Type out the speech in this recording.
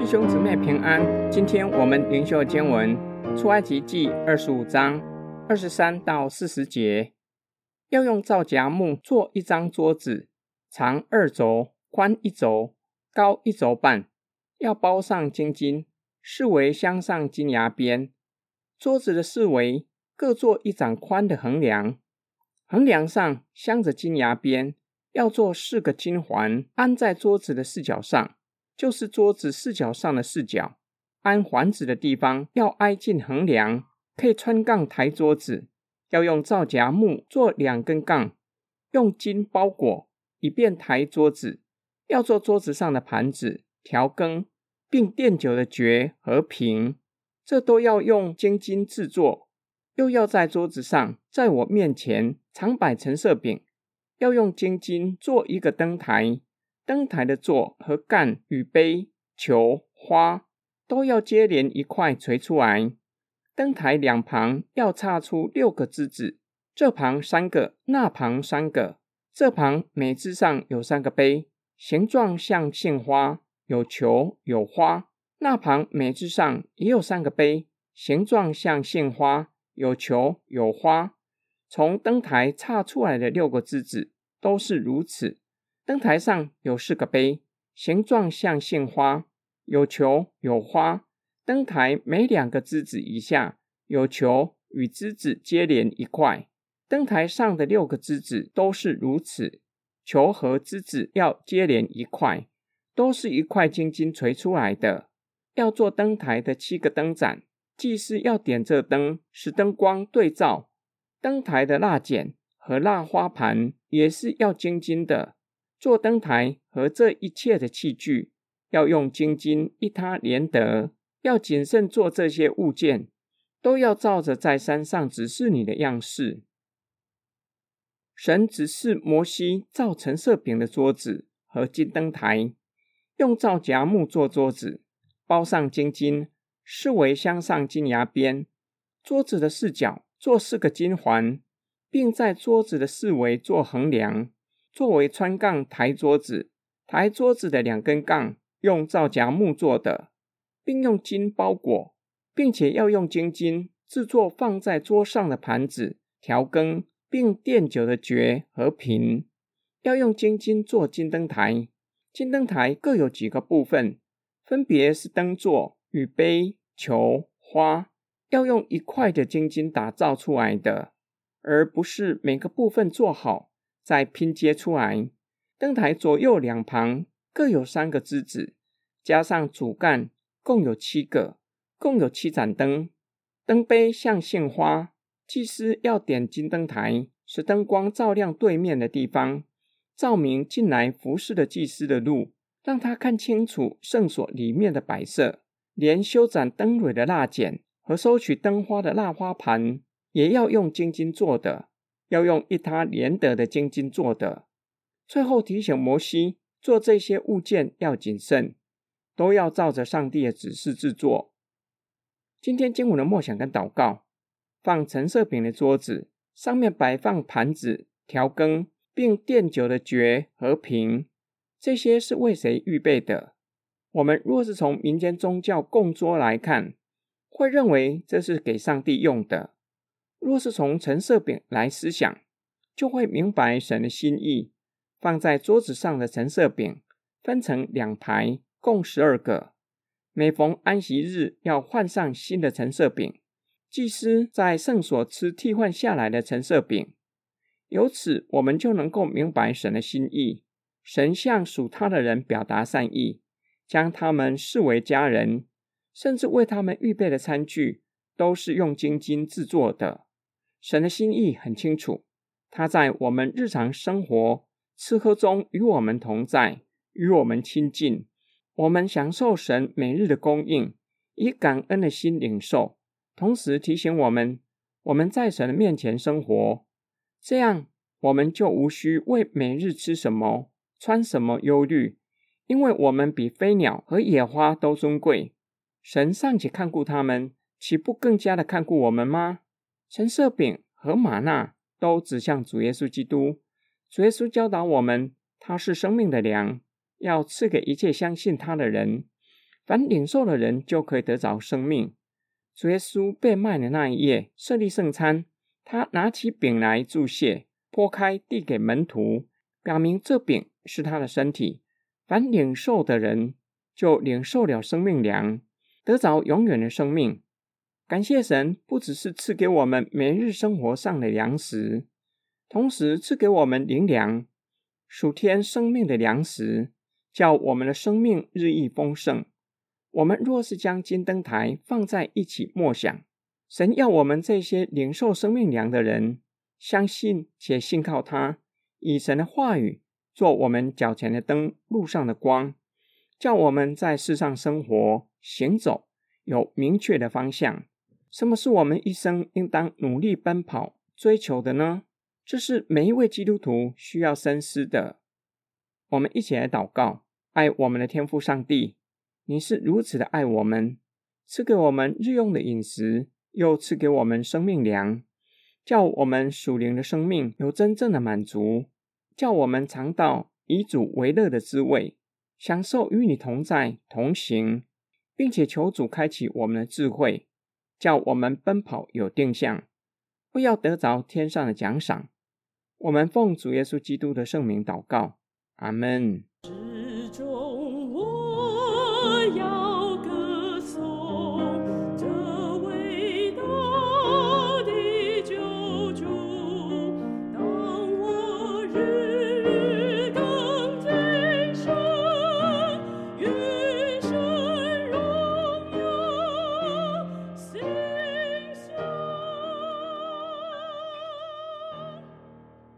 兄姊妹平安，今天我们灵修经文出埃及记25章23到40节。要用皂荚木做一张桌子，长2肘，宽1肘，高1肘半，要包上金巾，四围镶上金牙边。桌子的四围各做1掌宽的横梁，横梁上镶着金牙边，要做4个金环，安在桌子的4角上，就是桌子4角上的4角。安环子的地方要挨近横梁，可以穿杠抬桌子。要用皂荚木做2根杠，用金包裹，以便抬桌子。要做桌子上的盘子、调羹，并奠酒的爵和瓶，这都要用精金制作。又要在桌子上，在我面前常摆陈设饼，要用精金做一个灯台。灯台的座和干与杯、球、花都要接连一块垂出来。灯台两旁要插出6个枝子，这旁3个，那旁3个。这旁每枝上有3个杯，形状像杏花，有球有花。那旁每枝上也有3个杯，形状像杏花，有球有花。从灯台插出来的6个枝子都是如此。灯台上有4个杯，形状像杏花，有球有花。灯台每2个枝子以下有球与枝子接连一块。灯台上的6个枝子都是如此，球和枝子要接连一块，都是一块金金垂出来的。要做灯台的7个灯盏，祭司要点这灯，使灯光对照。灯台的蜡剪和蜡花盘也是要精金的。做灯台和这一切的器具，要用精金一他连得。要谨慎做这些物件，都要照着在山上指示你的样式。神指示摩西造陈设饼的桌子和金灯台，用皂荚木做桌子，包上金金，四围镶上金牙边。桌子的4角做4个金环，并在桌子的4围做横梁，作为穿杠抬桌子。抬桌子的2根杠用皂荚木做的，并用金包裹，并且要用精金制作放在桌上的盘子、调羹，并奠酒的爵和瓶。要用精金做金灯台。金灯台各有几个部分，分别是灯座与杯、球、花，要用一块的精金打造出来的，而不是每个部分做好再拼接出来。灯台左右两旁各有3个枝子，加上主干共有7个，共有7盏灯。灯杯像杏花，祭司要点金灯台，使灯光照亮对面的地方，照明进来服侍的祭司的路，让他看清楚圣所里面的摆设。连修剪灯蕊的蜡剪和收取灯花的蜡花盘也要用精金做的，要用一他连得的精金做的。最后提醒摩西，做这些物件要谨慎，都要照着上帝的指示制作。今天经文的默想跟祷告，放陈设饼的桌子，上面摆放盘子、调羹，并奠酒的爵和瓶，这些是为谁预备的？我们若是从民间宗教供桌来看，会认为这是给上帝用的。若是从陈设饼来思想，就会明白神的心意。放在桌子上的陈设饼分成2排，共12个。每逢安息日要换上新的陈设饼，祭司在圣所吃替换下来的陈设饼。由此我们就能够明白神的心意。神向属他的人表达善意，将他们视为家人，甚至为他们预备的餐具都是用精金制作的。神的心意很清楚，他在我们日常生活吃喝中与我们同在，与我们亲近。我们享受神每日的供应，以感恩的心领受，同时提醒我们在神的面前生活，这样我们就无需为每日吃什么穿什么忧虑，因为我们比飞鸟和野花都尊贵。神尚且看顾他们，岂不更加的看顾我们吗？陈设饼和玛纳都指向主耶稣基督。主耶稣教导我们，他是生命的粮，要赐给一切相信他的人。 凡领受的人就可以得着生命。主耶稣被卖的那一夜，设立圣餐，他拿起饼来祝谢，擘开递给门徒，表明这饼是他的身体。凡领受的人就领受了生命粮，得着永远的生命。感谢神，不只是赐给我们每日生活上的粮食，同时赐给我们灵粮，属天生命的粮食，叫我们的生命日益丰盛。我们若是将金灯台放在一起默想，神要我们这些领受生命粮的人，相信且信靠他，以神的话语做我们脚前的灯，路上的光，叫我们在世上生活行走有明确的方向。什么是我们一生应当努力奔跑追求的呢？这是每一位基督徒需要深思的。我们一起来祷告。爱我们的天父上帝，你是如此的爱我们，赐给我们日用的饮食，又赐给我们生命粮，叫我们属灵的生命有真正的满足，叫我们尝到以主为乐的滋味，享受与你同在同行，并且求主开启我们的智慧，叫我们奔跑有定向，不要得着天上的奖赏。我们奉主耶稣基督的圣名祷告，阿们。